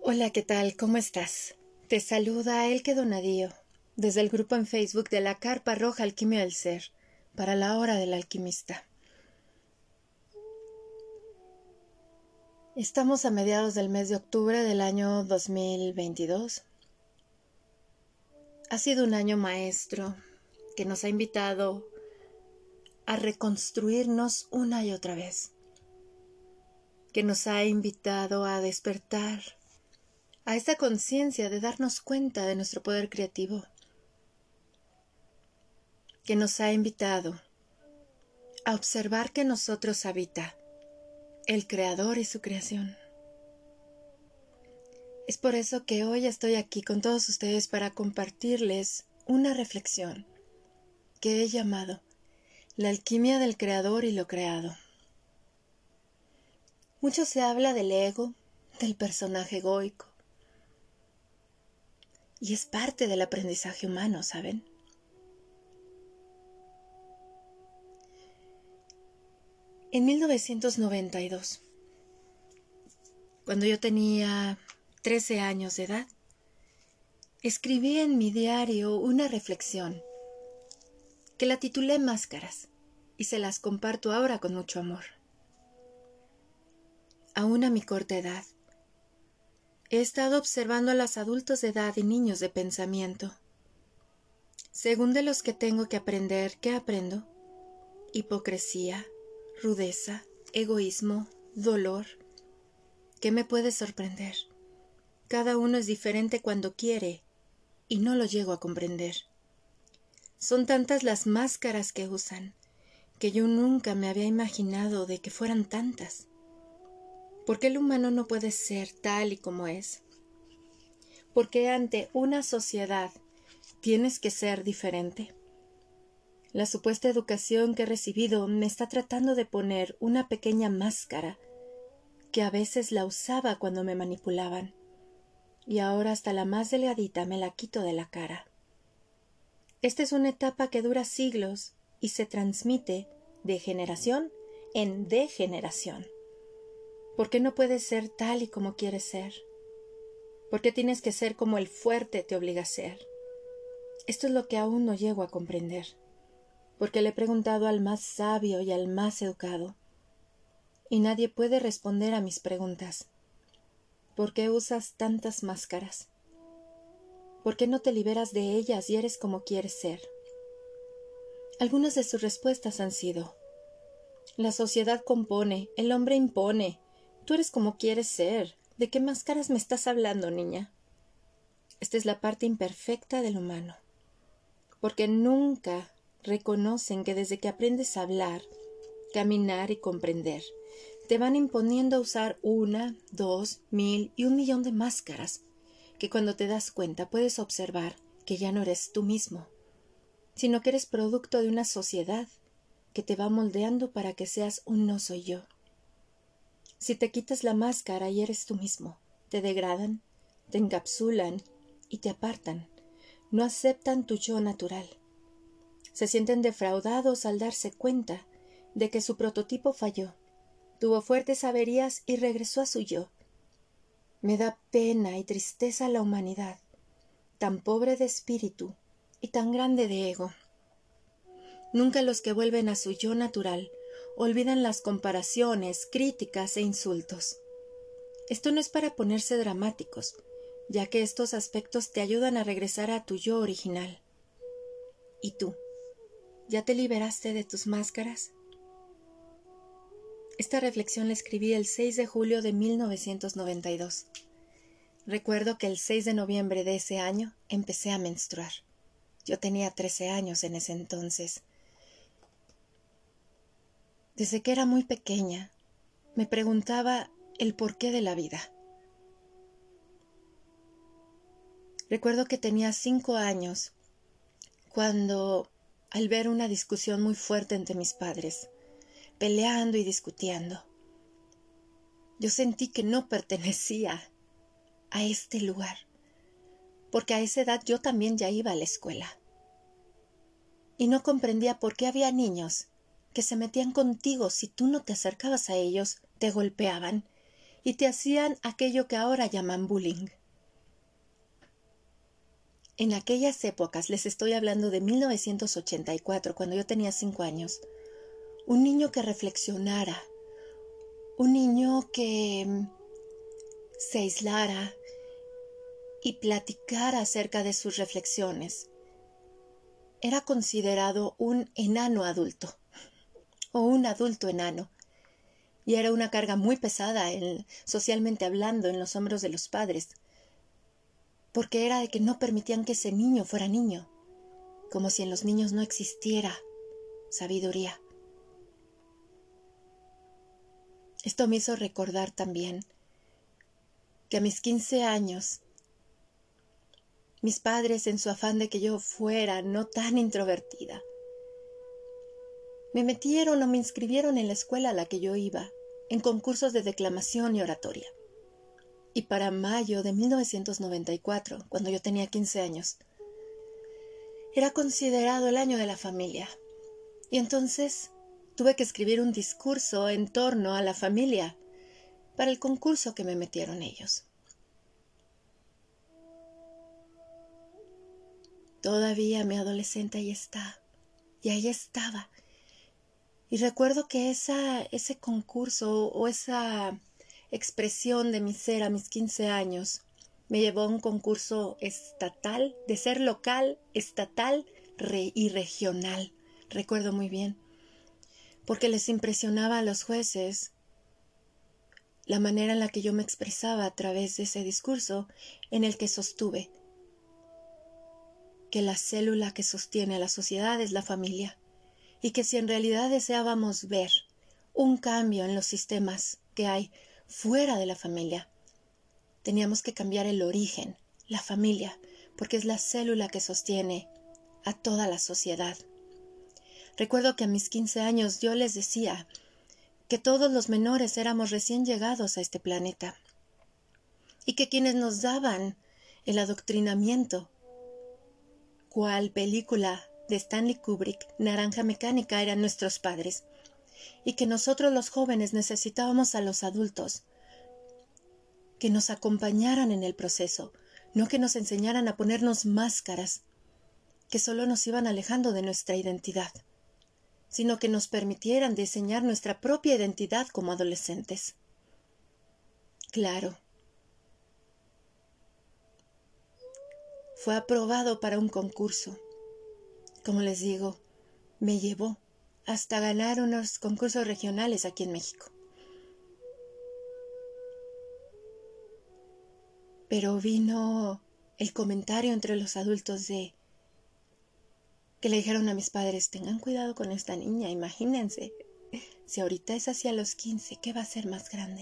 Hola, ¿qué tal? ¿Cómo estás? Te saluda Elke Donadío, desde el grupo en Facebook de la Carpa Roja Alquimia del Ser, para la Hora del Alquimista. Estamos a mediados del mes de octubre del año 2022. Ha sido un año maestro que nos ha invitado a reconstruirnos una y otra vez, que nos ha invitado a despertar a esa conciencia de darnos cuenta de nuestro poder creativo, que nos ha invitado a observar que en nosotros habita el Creador y su creación. Es por eso que hoy estoy aquí con todos ustedes para compartirles una reflexión que he llamado la alquimia del Creador y lo creado. Mucho se habla del ego, del personaje egoico, y es parte del aprendizaje humano, ¿saben? En 1992, cuando yo tenía 13 años de edad, escribí en mi diario una reflexión que la titulé Máscaras y se las comparto ahora con mucho amor. Aún a mi corta edad, he estado observando a los adultos de edad y niños de pensamiento. Según de los que tengo que aprender, ¿qué aprendo? Hipocresía, rudeza, egoísmo, dolor. ¿Qué me puede sorprender? Cada uno es diferente cuando quiere y no lo llego a comprender. Son tantas las máscaras que usan que yo nunca me había imaginado de que fueran tantas. ¿Por qué el humano no puede ser tal y como es? Porque ante una sociedad tienes que ser diferente. La supuesta educación que he recibido me está tratando de poner una pequeña máscara que a veces la usaba cuando me manipulaban, y ahora hasta la más delgadita me la quito de la cara. Esta es una etapa que dura siglos y se transmite de generación en degeneración. ¿Por qué no puedes ser tal y como quieres ser? ¿Por qué tienes que ser como el fuerte te obliga a ser? Esto es lo que aún no llego a comprender, porque le he preguntado al más sabio y al más educado, y nadie puede responder a mis preguntas. ¿Por qué usas tantas máscaras? ¿Por qué no te liberas de ellas y eres como quieres ser? Algunas de sus respuestas han sido: la sociedad compone, el hombre impone, tú eres como quieres ser. ¿De qué máscaras me estás hablando, niña? Esta es la parte imperfecta del humano, porque nunca reconocen que desde que aprendes a hablar, caminar y comprender, te van imponiendo a usar 1, 2, 1000 y 1.000.000 de máscaras, que cuando te das cuenta puedes observar que ya no eres tú mismo, sino que eres producto de una sociedad que te va moldeando para que seas un no soy yo. Si te quitas la máscara y eres tú mismo, te degradan, te encapsulan y te apartan. No aceptan tu yo natural. Se sienten defraudados al darse cuenta de que su prototipo falló, tuvo fuertes averías y regresó a su yo. Me da pena y tristeza la humanidad, tan pobre de espíritu y tan grande de ego. Nunca los que vuelven a su yo natural olvidan las comparaciones, críticas e insultos. Esto no es para ponerse dramáticos, ya que estos aspectos te ayudan a regresar a tu yo original. ¿Y tú? ¿Ya te liberaste de tus máscaras? Esta reflexión la escribí el 6 de julio de 1992. Recuerdo que el 6 de noviembre de ese año empecé a menstruar. Yo tenía 13 años en ese entonces. Desde que era muy pequeña, me preguntaba el porqué de la vida. Recuerdo que tenía 5 años cuando, al ver una discusión muy fuerte entre mis padres, peleando y discutiendo, yo sentí que no pertenecía a este lugar, porque a esa edad yo también ya iba a la escuela. Y no comprendía por qué había niños que se metían contigo si tú no te acercabas a ellos, te golpeaban y te hacían aquello que ahora llaman bullying. En aquellas épocas, les estoy hablando de 1984, cuando yo tenía 5 años, un niño que reflexionara, un niño que se aislara y platicara acerca de sus reflexiones, era considerado un enano adulto o un adulto enano, y era una carga muy pesada, socialmente hablando, en los hombros de los padres, porque era de que no permitían que ese niño fuera niño, como si en los niños no existiera sabiduría. Esto me hizo recordar también que a mis 15 años, mis padres, en su afán de que yo fuera no tan introvertida, me metieron o me inscribieron en la escuela a la que yo iba, en concursos de declamación y oratoria. Y para mayo de 1994, cuando yo tenía 15 años, era considerado el año de la familia. Y entonces tuve que escribir un discurso en torno a la familia para el concurso que me metieron ellos. Todavía mi adolescente ahí está, y ahí estaba. Y recuerdo que ese concurso o esa expresión de mi ser a mis 15 años me llevó a un concurso estatal, de ser local, estatal y regional. Recuerdo muy bien, porque les impresionaba a los jueces la manera en la que yo me expresaba a través de ese discurso en el que sostuve que la célula que sostiene a la sociedad es la familia, y que si en realidad deseábamos ver un cambio en los sistemas que hay fuera de la familia, teníamos que cambiar el origen, la familia, porque es la célula que sostiene a toda la sociedad. Recuerdo que a mis 15 años yo les decía que todos los menores éramos recién llegados a este planeta y que quienes nos daban el adoctrinamiento, cual película de Stanley Kubrick, Naranja Mecánica, eran nuestros padres, y que nosotros los jóvenes necesitábamos a los adultos que nos acompañaran en el proceso, no que nos enseñaran a ponernos máscaras que solo nos iban alejando de nuestra identidad, sino que nos permitieran diseñar nuestra propia identidad como adolescentes. Claro, fue aprobado para un concurso. Como les digo, me llevó hasta ganar unos concursos regionales aquí en México. Pero vino el comentario entre los adultos que le dijeron a mis padres: tengan cuidado con esta niña, imagínense, si ahorita es hacia los 15, ¿qué va a ser más grande?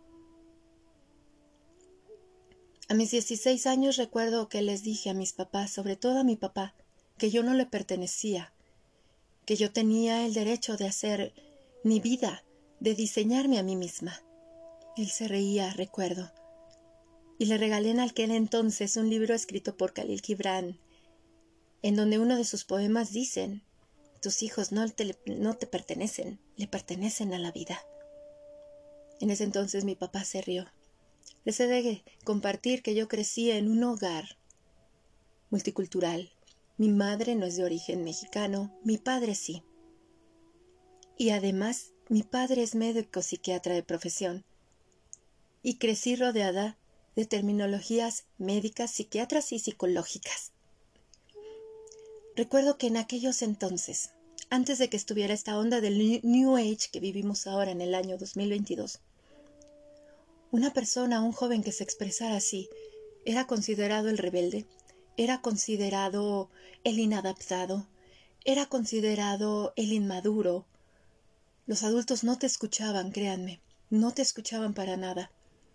A mis 16 años recuerdo que les dije a mis papás, sobre todo a mi papá, que yo no le pertenecía, que yo tenía el derecho de hacer mi vida, de diseñarme a mí misma. Él se reía, recuerdo, y le regalé en aquel entonces un libro escrito por Khalil Gibran, en donde uno de sus poemas dicen: tus hijos no te pertenecen, le pertenecen a la vida. En ese entonces mi papá se rió. Les he de compartir que yo crecí en un hogar multicultural. Mi madre no es de origen mexicano, mi padre sí. Y además, mi padre es médico psiquiatra de profesión. Y crecí rodeada de terminologías médicas, psiquiatras y psicológicas. Recuerdo que en aquellos entonces, antes de que estuviera esta onda del New Age que vivimos ahora en el año 2022, una persona, un joven que se expresara así, era considerado el rebelde, era considerado el inadaptado, era considerado el inmaduro. Los adultos no te escuchaban, créanme, no te escuchaban para nada.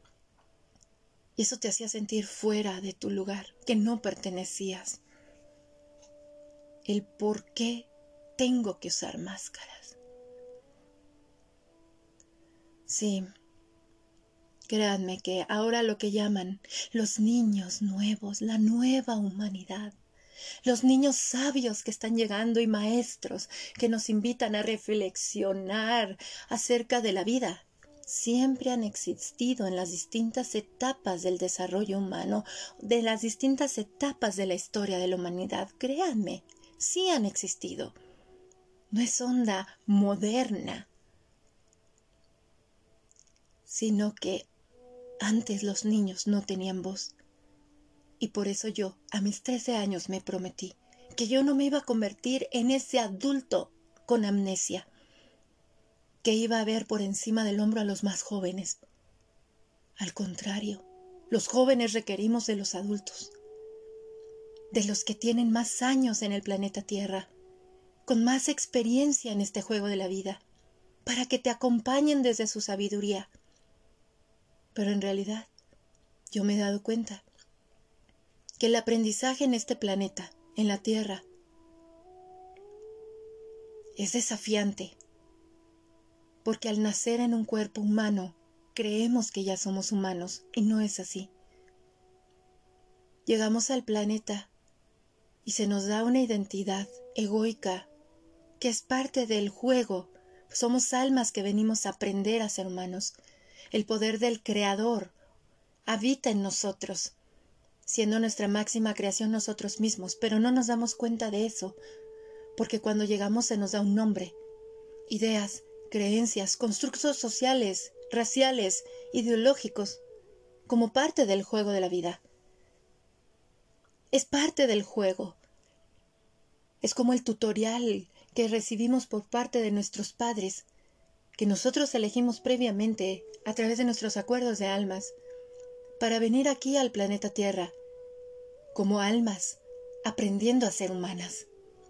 Y eso te hacía sentir fuera de tu lugar, que no pertenecías. El por qué tengo que usar máscaras. Sí, créanme que ahora lo que llaman los niños nuevos, la nueva humanidad, los niños sabios que están llegando y maestros que nos invitan a reflexionar acerca de la vida, siempre han existido en las distintas etapas del desarrollo humano, de las distintas etapas de la historia de la humanidad. Créanme, sí han existido. No es onda moderna, sino que antes los niños no tenían voz. Y por eso yo, a mis 13 años, me prometí que yo no me iba a convertir en ese adulto con amnesia, que iba a ver por encima del hombro a los más jóvenes. Al contrario, los jóvenes requerimos de los adultos, de los que tienen más años en el planeta Tierra, con más experiencia en este juego de la vida, para que te acompañen desde su sabiduría. Pero en realidad, yo me he dado cuenta que el aprendizaje en este planeta, en la Tierra, es desafiante, porque al nacer en un cuerpo humano, creemos que ya somos humanos, y no es así. Llegamos al planeta y se nos da una identidad egoica, que es parte del juego. Somos almas que venimos a aprender a ser humanos. El poder del Creador habita en nosotros, siendo nuestra máxima creación nosotros mismos, pero no nos damos cuenta de eso, porque cuando llegamos se nos da un nombre, ideas, creencias, constructos sociales, raciales, ideológicos, como parte del juego de la vida. Es parte del juego. Es como el tutorial que recibimos por parte de nuestros padres, que nosotros elegimos previamente a través de nuestros acuerdos de almas, para venir aquí al planeta Tierra, como almas, aprendiendo a ser humanas.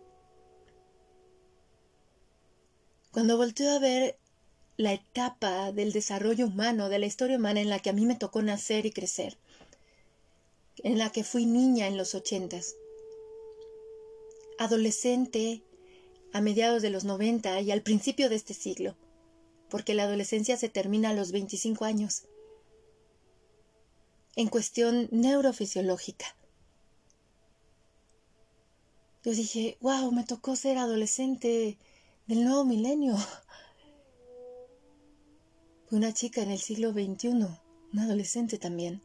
Cuando volteo a ver la etapa del desarrollo humano, de la historia humana en la que a mí me tocó nacer y crecer, en la que fui niña en los 80s, adolescente a mediados de los 90 y al principio de este siglo, porque la adolescencia se termina a los 25 años, en cuestión neurofisiológica. Yo dije, wow, me tocó ser adolescente del nuevo milenio. Fui una chica en el siglo XXI, una adolescente también.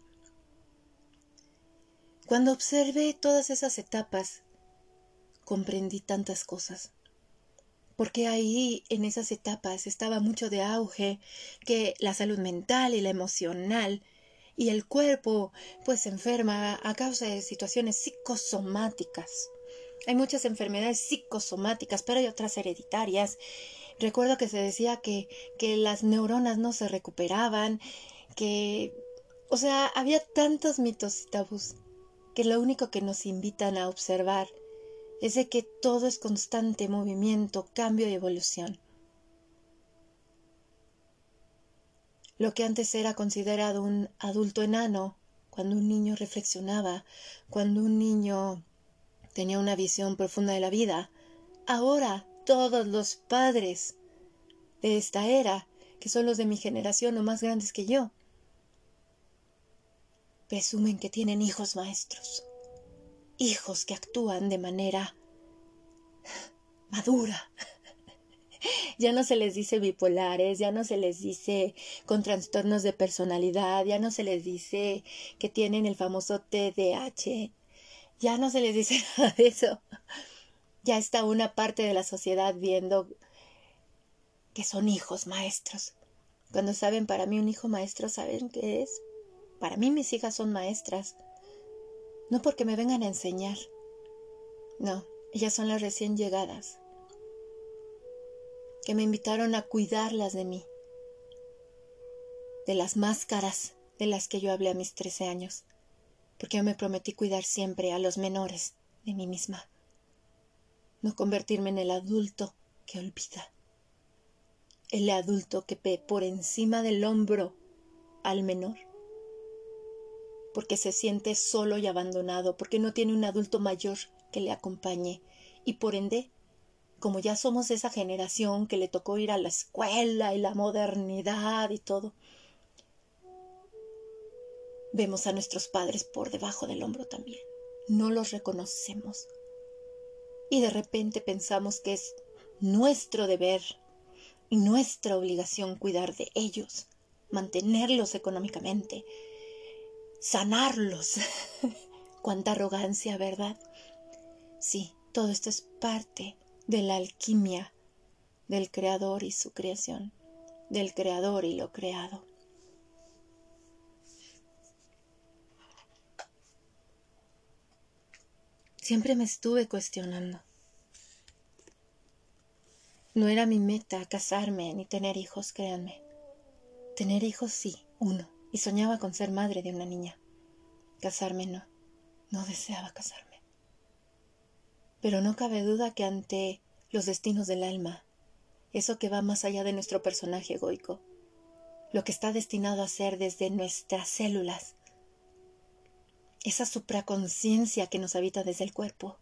Cuando observé todas esas etapas, comprendí tantas cosas. Porque ahí, en esas etapas, estaba mucho de auge que la salud mental y la emocional y el cuerpo, pues, se enferma a causa de situaciones psicosomáticas. Hay muchas enfermedades psicosomáticas, pero hay otras hereditarias. Recuerdo que se decía que las neuronas no se recuperaban, o sea, había tantos mitos y tabús que lo único que nos invitan a observar es de que todo es constante movimiento, cambio y evolución. Lo que antes era considerado un adulto enano, cuando un niño reflexionaba, cuando un niño tenía una visión profunda de la vida, ahora todos los padres de esta era, que son los de mi generación o más grandes que yo, presumen que tienen hijos maestros, hijos que actúan de manera madura. Ya no se les dice bipolares, ya no se les dice con trastornos de personalidad, ya no se les dice que tienen el famoso TDAH, ya no se les dice nada de eso. Ya está una parte de la sociedad viendo que son hijos maestros. Cuando saben, para mí un hijo maestro, ¿saben qué es? Para mí mis hijas son maestras. No porque me vengan a enseñar. No, ellas son las recién llegadas, que me invitaron a cuidarlas de mí, de las máscaras de las que yo hablé a mis 13 años, porque yo me prometí cuidar siempre a los menores de mí misma, no convertirme en el adulto que olvida, el adulto que ve por encima del hombro al menor, porque se siente solo y abandonado, porque no tiene un adulto mayor que le acompañe, y por ende, como ya somos esa generación que le tocó ir a la escuela y la modernidad y todo, vemos a nuestros padres por debajo del hombro también. No los reconocemos. Y de repente pensamos que es nuestro deber y nuestra obligación cuidar de ellos. mantenerlos económicamente, sanarlos. Cuánta arrogancia, ¿verdad? Sí, todo esto es parte de la alquimia del creador y su creación, del creador y lo creado. Siempre me estuve cuestionando. No era mi meta casarme ni tener hijos, créanme. Tener hijos sí, uno, y soñaba con ser madre de una niña. Casarme no deseaba casarme. Pero no cabe duda que ante los destinos del alma, eso que va más allá de nuestro personaje egoico, lo que está destinado a ser desde nuestras células, esa supraconciencia que nos habita desde el cuerpo,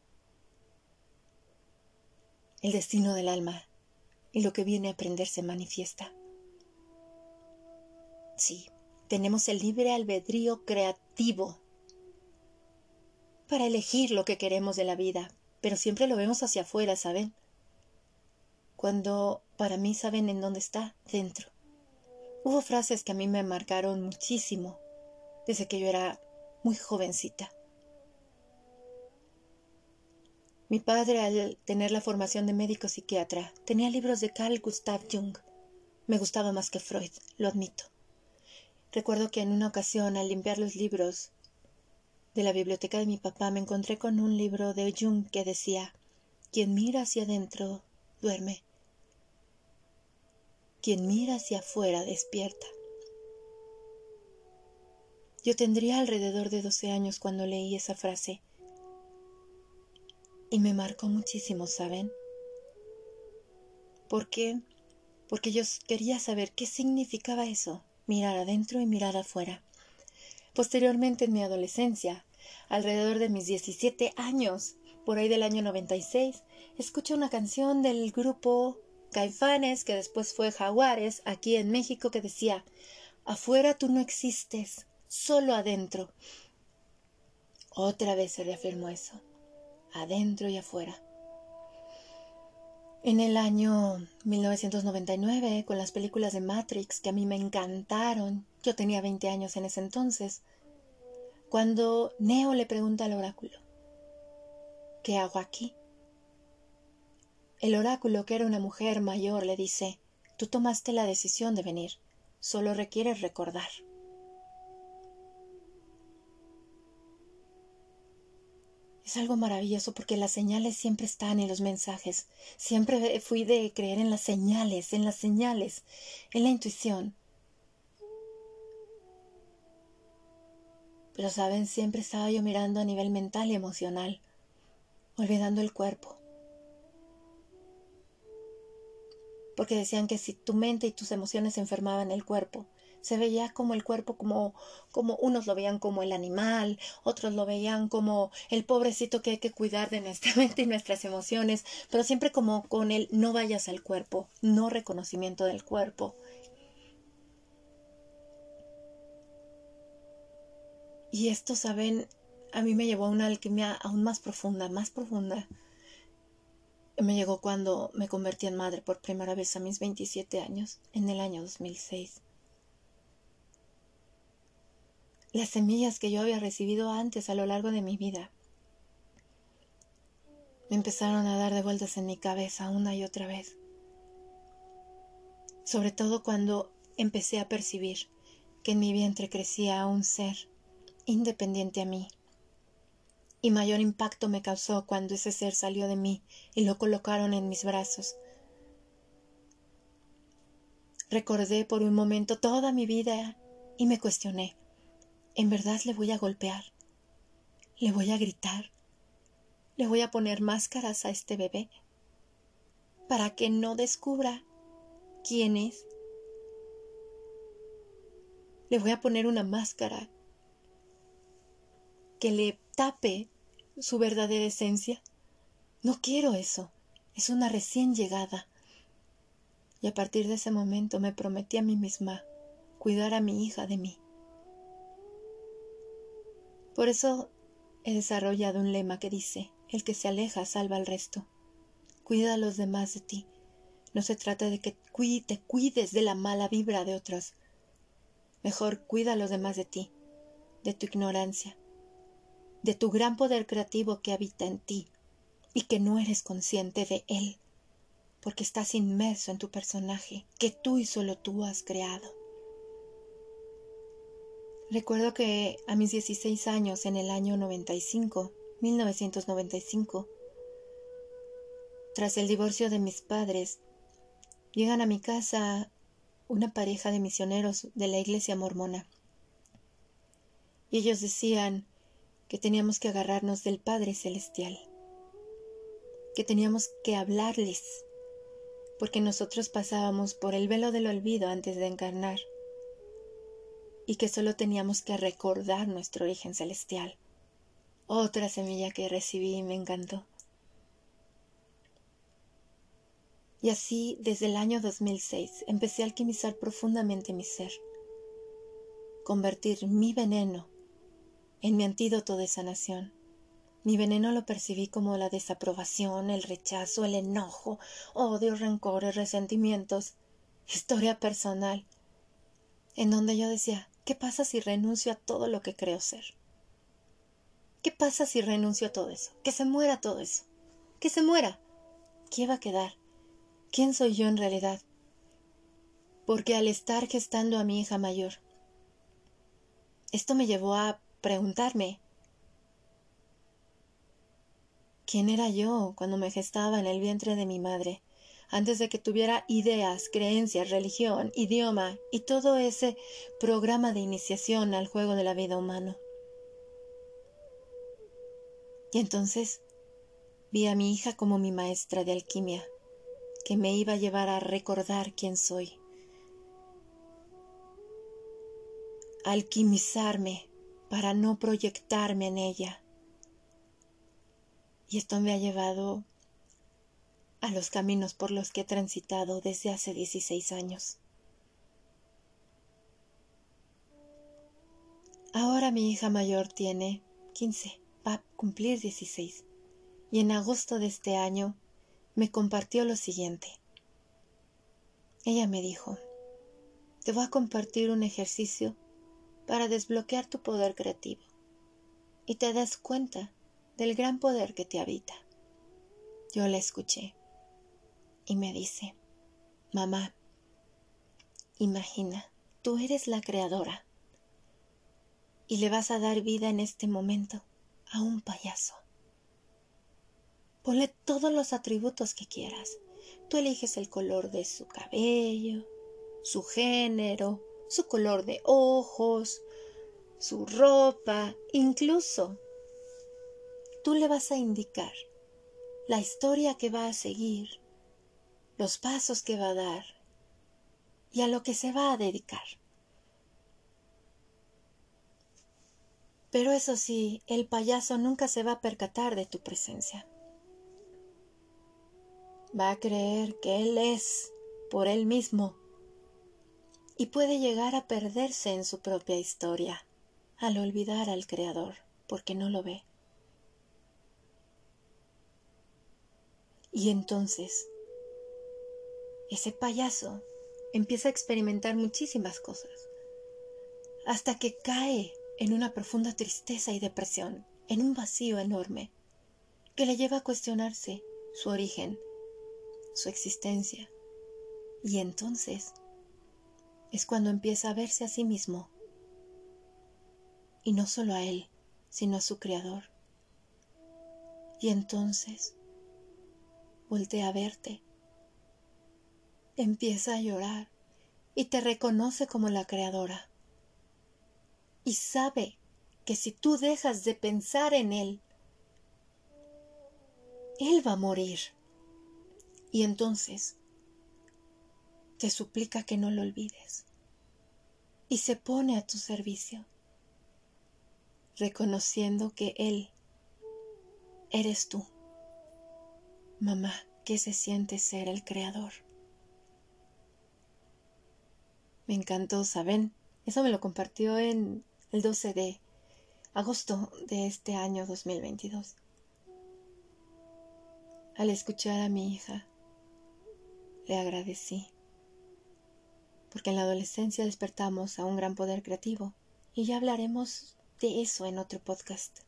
el destino del alma y lo que viene a aprender se manifiesta. Sí, tenemos el libre albedrío creativo para elegir lo que queremos de la vida, pero siempre lo vemos hacia afuera, ¿saben? Cuando para mí, ¿saben en dónde está? Dentro. Hubo frases que a mí me marcaron muchísimo desde que yo era muy jovencita. Mi padre, al tener la formación de médico psiquiatra, tenía libros de Carl Gustav Jung. Me gustaba más que Freud, lo admito. Recuerdo que en una ocasión, al limpiar los libros de la biblioteca de mi papá, me encontré con un libro de Jung que decía: quien mira hacia adentro, duerme. Quien mira hacia afuera, despierta. Yo tendría alrededor de 12 años cuando leí esa frase. Y me marcó muchísimo, ¿saben? ¿Por qué? Porque yo quería saber qué significaba eso, mirar adentro y mirar afuera. Posteriormente, en mi adolescencia, alrededor de mis 17 años, por ahí del año 96, escuché una canción del grupo Caifanes, que después fue Jaguares, aquí en México, que decía: afuera tú no existes, solo adentro. Otra vez se reafirmó eso, adentro y afuera. En el año 1999, con las películas de Matrix, que a mí me encantaron, yo tenía 20 años en ese entonces, cuando Neo le pregunta al oráculo: ¿qué hago aquí? El oráculo, que era una mujer mayor, le dice: tú tomaste la decisión de venir, solo requieres recordar. Es algo maravilloso porque las señales siempre están en los mensajes. Siempre fui de creer en las señales, en la intuición. Pero, ¿saben? Siempre estaba yo mirando a nivel mental y emocional, olvidando el cuerpo. Porque decían que si tu mente y tus emociones enfermaban el cuerpo, se veía como el cuerpo, como unos lo veían como el animal, otros lo veían como el pobrecito que hay que cuidar de nuestra mente y nuestras emociones, pero siempre como con el no vayas al cuerpo, no reconocimiento del cuerpo. Y esto, ¿saben? A mí me llevó a una alquimia aún más profunda, más profunda. Me llegó cuando me convertí en madre por primera vez a mis 27 años, en el año 2006. Las semillas que yo había recibido antes a lo largo de mi vida me empezaron a dar de vueltas en mi cabeza una y otra vez. Sobre todo cuando empecé a percibir que en mi vientre crecía un ser independiente a mí. Y mayor impacto me causó cuando ese ser salió de mí y lo colocaron en mis brazos. Recordé por un momento toda mi vida y me cuestioné: ¿en verdad le voy a golpear? ¿Le voy a gritar? ¿Le voy a poner máscaras a este bebé para que no descubra quién es? ¿Le voy a poner una máscara que le tape su verdadera esencia? No quiero eso. Es una recién llegada. Y a partir de ese momento me prometí a mí misma cuidar a mi hija de mí. Por eso he desarrollado un lema que dice: el que se aleja salva al resto. Cuida a los demás de ti. No se trata de que te cuides de la mala vibra de otros. Mejor cuida a los demás de ti, de tu ignorancia, de tu gran poder creativo que habita en ti y que no eres consciente de él, porque estás inmerso en tu personaje que tú y solo tú has creado. Recuerdo que a mis 16 años, en el año 1995, tras el divorcio de mis padres, llegan a mi casa una pareja de misioneros de la iglesia mormona. Y ellos decían que teníamos que agarrarnos del Padre Celestial, que teníamos que hablarles, porque nosotros pasábamos por el velo del olvido antes de encarnar, y que solo teníamos que recordar nuestro origen celestial. Otra semilla que recibí y me encantó. Y así, desde el año 2006, empecé a alquimizar profundamente mi ser, convertir mi veneno en mi antídoto de sanación. Mi veneno lo percibí como la desaprobación, el rechazo, el enojo, odio, rencores, resentimientos, historia personal, en donde yo decía, ¿qué pasa si renuncio a todo lo que creo ser? ¿Qué pasa si renuncio a todo eso? Que se muera todo eso. Que se muera. ¿Qué va a quedar? ¿Quién soy yo en realidad? Porque al estar gestando a mi hija mayor, esto me llevó a preguntarme, ¿quién era yo cuando me gestaba en el vientre de mi madre? Antes de que tuviera ideas, creencias, religión, idioma y todo ese programa de iniciación al juego de la vida humana. Y entonces vi a mi hija como mi maestra de alquimia, que me iba a llevar a recordar quién soy. Alquimizarme para no proyectarme en ella. Y esto me ha llevado a los caminos por los que he transitado desde hace 16 años. Ahora mi hija mayor tiene 15, va a cumplir 16, y en agosto de este año me compartió lo siguiente. Ella me dijo, te voy a compartir un ejercicio para desbloquear tu poder creativo y te das cuenta del gran poder que te habita. Yo la escuché y me dice, mamá, imagina, tú eres la creadora y le vas a dar vida en este momento a un payaso. Ponle todos los atributos que quieras. Tú eliges el color de su cabello, su género, su color de ojos, su ropa, incluso tú le vas a indicar la historia que va a seguir, los pasos que va a dar y a lo que se va a dedicar. Pero eso sí, el payaso nunca se va a percatar de tu presencia. Va a creer que él es por él mismo y puede llegar a perderse en su propia historia al olvidar al Creador porque no lo ve. Y entonces, ese payaso empieza a experimentar muchísimas cosas hasta que cae en una profunda tristeza y depresión, en un vacío enorme que le lleva a cuestionarse su origen, su existencia. Y entonces es cuando empieza a verse a sí mismo, y no solo a él, sino a su Creador. Y entonces voltea a verte, empieza a llorar y te reconoce como la creadora. Y sabe que si tú dejas de pensar en él va a morir. Y entonces te suplica que no lo olvides. Y se pone a tu servicio, reconociendo que él eres tú. Mamá, ¿qué se siente ser el creador? Me encantó, ¿saben? Eso me lo compartió en el 12 de agosto de este año 2022. Al escuchar a mi hija, le agradecí, porque en la adolescencia despertamos a un gran poder creativo, y ya hablaremos de eso en otro podcast.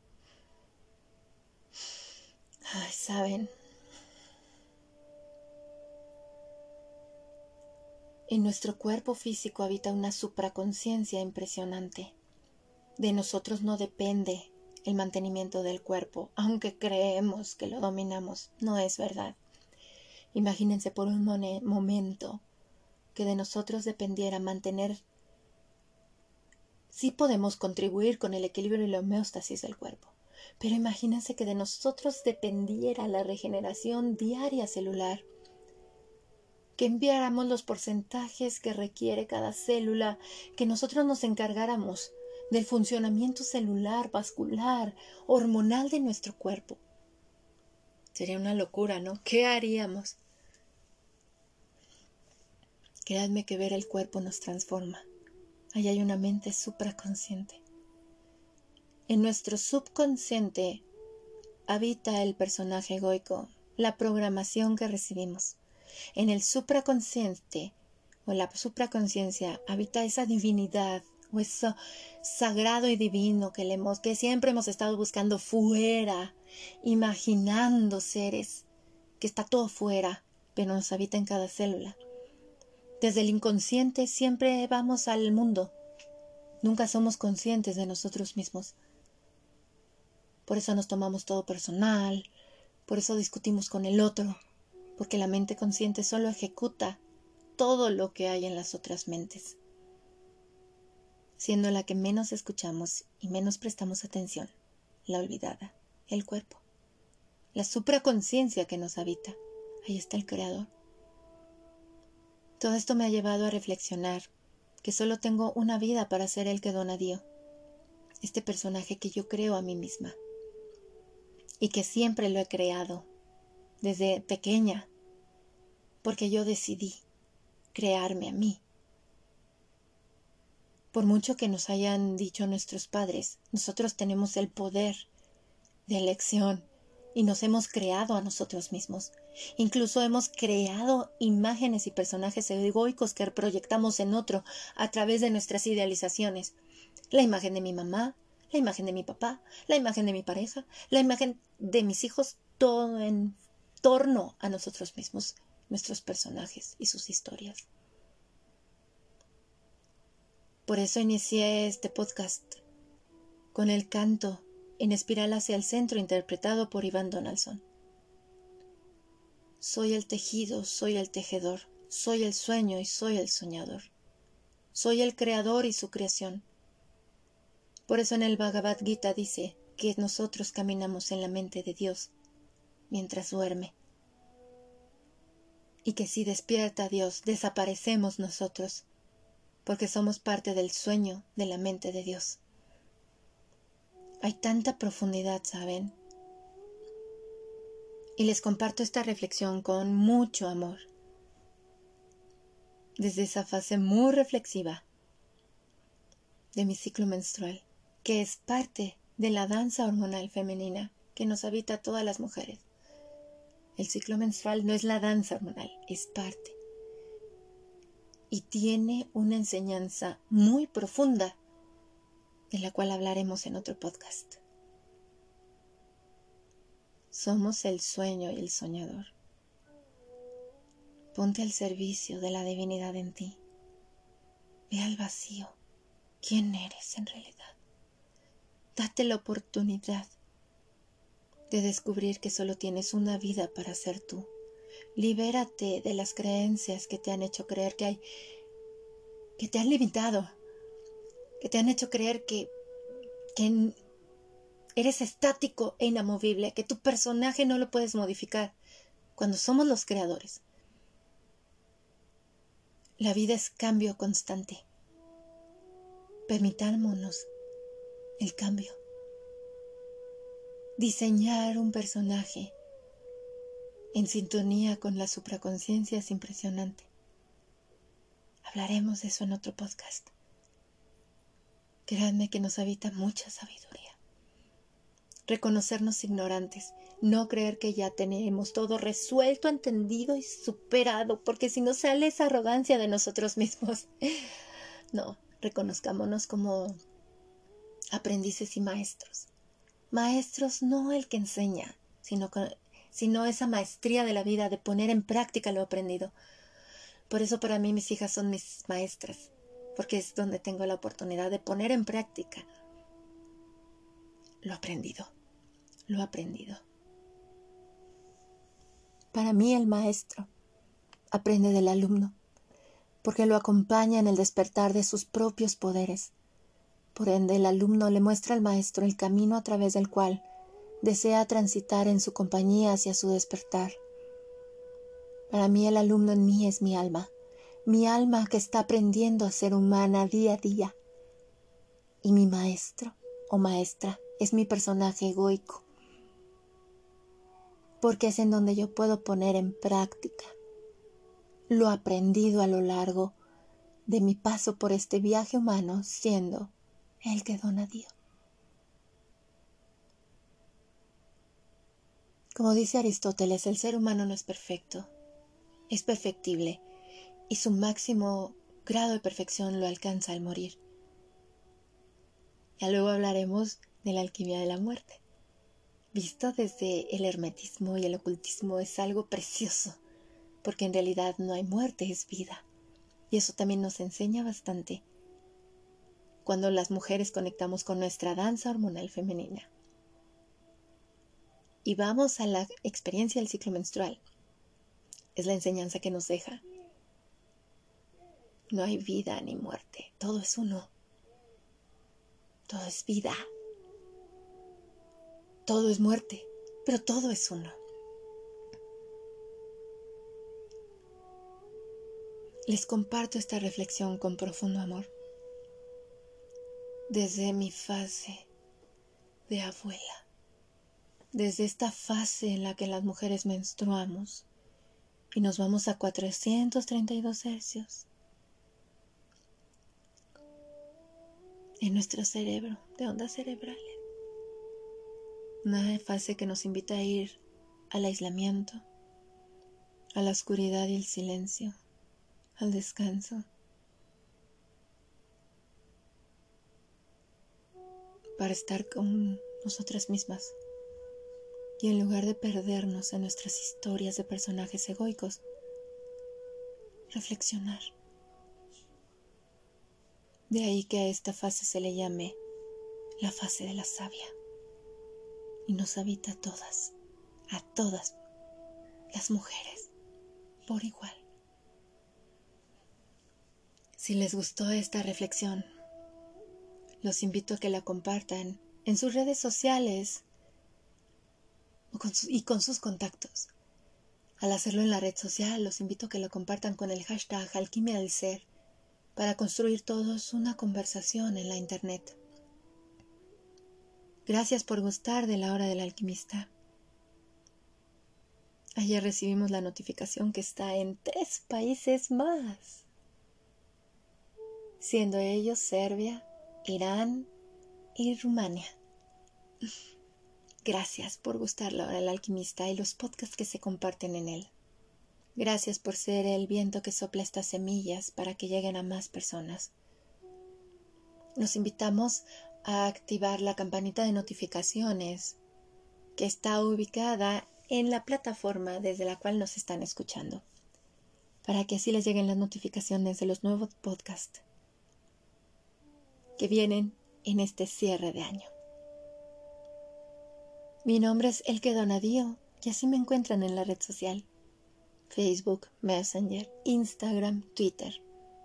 Ay, ¿saben? En nuestro cuerpo físico habita una supraconciencia impresionante. De nosotros no depende el mantenimiento del cuerpo, aunque creemos que lo dominamos. No es verdad. Imagínense por un momento que de nosotros dependiera mantener. Sí podemos contribuir con el equilibrio y la homeostasis del cuerpo, pero imagínense que de nosotros dependiera la regeneración diaria celular, que enviáramos los porcentajes que requiere cada célula, que nosotros nos encargáramos del funcionamiento celular, vascular, hormonal de nuestro cuerpo. Sería una locura, ¿no? ¿Qué haríamos? Créanme que ver el cuerpo nos transforma. Ahí hay una mente supraconsciente. En nuestro subconsciente habita el personaje egoico, la programación que recibimos. En el supraconsciente o la supraconciencia habita esa divinidad o eso sagrado y divino que siempre hemos estado buscando fuera, imaginando seres, que está todo fuera, pero nos habita en cada célula. Desde el inconsciente siempre vamos al mundo, nunca somos conscientes de nosotros mismos. Por eso nos tomamos todo personal, por eso discutimos con el otro, porque la mente consciente solo ejecuta todo lo que hay en las otras mentes, siendo la que menos escuchamos y menos prestamos atención, la olvidada, el cuerpo, la supraconciencia que nos habita. Ahí está el Creador. Todo esto me ha llevado a reflexionar que solo tengo una vida para ser el que dona Dio, este personaje que yo creo a mí misma y que siempre lo he creado desde pequeña, porque yo decidí crearme a mí. Por mucho que nos hayan dicho nuestros padres, nosotros tenemos el poder de elección y nos hemos creado a nosotros mismos. Incluso hemos creado imágenes y personajes egoicos que proyectamos en otro a través de nuestras idealizaciones. La imagen de mi mamá, la imagen de mi papá, la imagen de mi pareja, la imagen de mis hijos, todo en torno a nosotros mismos, nuestros personajes y sus historias. Por eso inicié este podcast con el canto en espiral hacia el centro interpretado por Iván Donaldson. Soy el tejido, soy el tejedor, soy el sueño y soy el soñador. Soy el creador y su creación. Por eso en el Bhagavad Gita dice que nosotros caminamos en la mente de Dios mientras duerme. Y que si despierta Dios, desaparecemos nosotros, porque somos parte del sueño de la mente de Dios. Hay tanta profundidad, ¿saben? Y les comparto esta reflexión con mucho amor, desde esa fase muy reflexiva de mi ciclo menstrual, que es parte de la danza hormonal femenina que nos habita a todas las mujeres. El ciclo menstrual no es la danza hormonal, es parte. Y tiene una enseñanza muy profunda, de la cual hablaremos en otro podcast. Somos el sueño y el soñador. Ponte al servicio de la divinidad en ti. Ve al vacío. ¿Quién eres en realidad? Date la oportunidad de descubrir que solo tienes una vida para ser tú. Libérate de las creencias que te han hecho creer que te han limitado, que te han hecho creer que eres estático e inamovible, que tu personaje no lo puedes modificar, cuando somos los creadores. La vida es cambio constante. Permitámonos el cambio. Diseñar un personaje en sintonía con la supraconciencia es impresionante. Hablaremos de eso en otro podcast. Créanme que nos habita mucha sabiduría. reconocernos ignorantes, no creer que ya tenemos todo resuelto, entendido y superado, porque si no sale esa arrogancia de nosotros mismos. No, reconozcámonos como aprendices y maestros. Maestros no el que enseña, sino esa maestría de la vida, de poner en práctica lo aprendido. Por eso para mí mis hijas son mis maestras, porque es donde tengo la oportunidad de poner en práctica lo aprendido. Para mí el maestro aprende del alumno, porque lo acompaña en el despertar de sus propios poderes. Por ende, el alumno le muestra al maestro el camino a través del cual desea transitar en su compañía hacia su despertar. Para mí el alumno en mí es mi alma que está aprendiendo a ser humana día a día. Y mi maestro o maestra es mi personaje egoico, porque es en donde yo puedo poner en práctica lo aprendido a lo largo de mi paso por este viaje humano, siendo el que dona Dios. Como dice Aristóteles, el ser humano no es perfecto, es perfectible, y su máximo grado de perfección lo alcanza al morir. Ya luego hablaremos de la alquimia de la muerte. Visto desde el hermetismo y el ocultismo es algo precioso, porque en realidad no hay muerte, es vida. Y eso también nos enseña bastante cuando las mujeres conectamos con nuestra danza hormonal femenina. Y vamos a la experiencia del ciclo menstrual. Es la enseñanza que nos deja. No hay vida ni muerte, todo es uno. Todo es vida. Todo es muerte, pero todo es uno. Les comparto esta reflexión con profundo amor. Desde mi fase de abuela, desde esta fase en la que las mujeres menstruamos y nos vamos a 432 hercios en nuestro cerebro, de ondas cerebrales. Una fase que nos invita a ir al aislamiento, a la oscuridad y el silencio, al descanso, para estar con nosotras mismas. Y en lugar de perdernos en nuestras historias de personajes egoicos, reflexionar. De ahí que a esta fase se le llame la fase de la savia. Y nos habita a todas las mujeres, por igual. Si les gustó esta reflexión, los invito a que la compartan en sus redes sociales y con sus contactos. Al hacerlo en la red social, los invito a que lo compartan con el hashtag Alquimia del Ser para construir todos una conversación en la internet. Gracias por gustar de la hora del alquimista. Ayer recibimos la notificación que está en 3 países más, siendo ellos Serbia, Irán y Rumania. Gracias por gustar la hora del alquimista y los podcasts que se comparten en él. Gracias por ser el viento que sopla estas semillas para que lleguen a más personas. Nos invitamos a activar la campanita de notificaciones que está ubicada en la plataforma desde la cual nos están escuchando, para que así les lleguen las notificaciones de los nuevos podcasts que vienen en este cierre de año. Mi nombre es Elke Donadío y así me encuentran en la red social: Facebook, Messenger, Instagram, Twitter.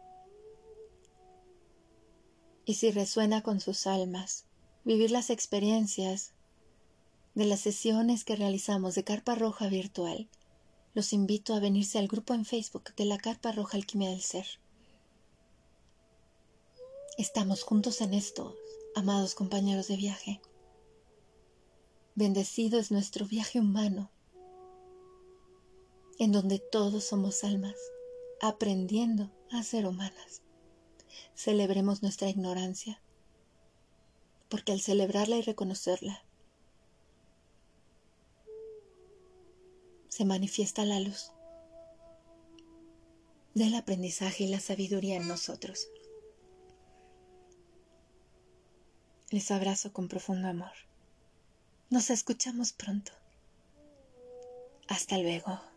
Y si resuena con sus almas vivir las experiencias de las sesiones que realizamos de Carpa Roja virtual, los invito a venirse al grupo en Facebook de la Carpa Roja Alquimia del Ser. Estamos juntos en esto, amados compañeros de viaje. Bendecido es nuestro viaje humano, en donde todos somos almas, aprendiendo a ser humanas. Celebremos nuestra ignorancia, porque al celebrarla y reconocerla, se manifiesta la luz del aprendizaje y la sabiduría en nosotros. Les abrazo con profundo amor. Nos escuchamos pronto. Hasta luego.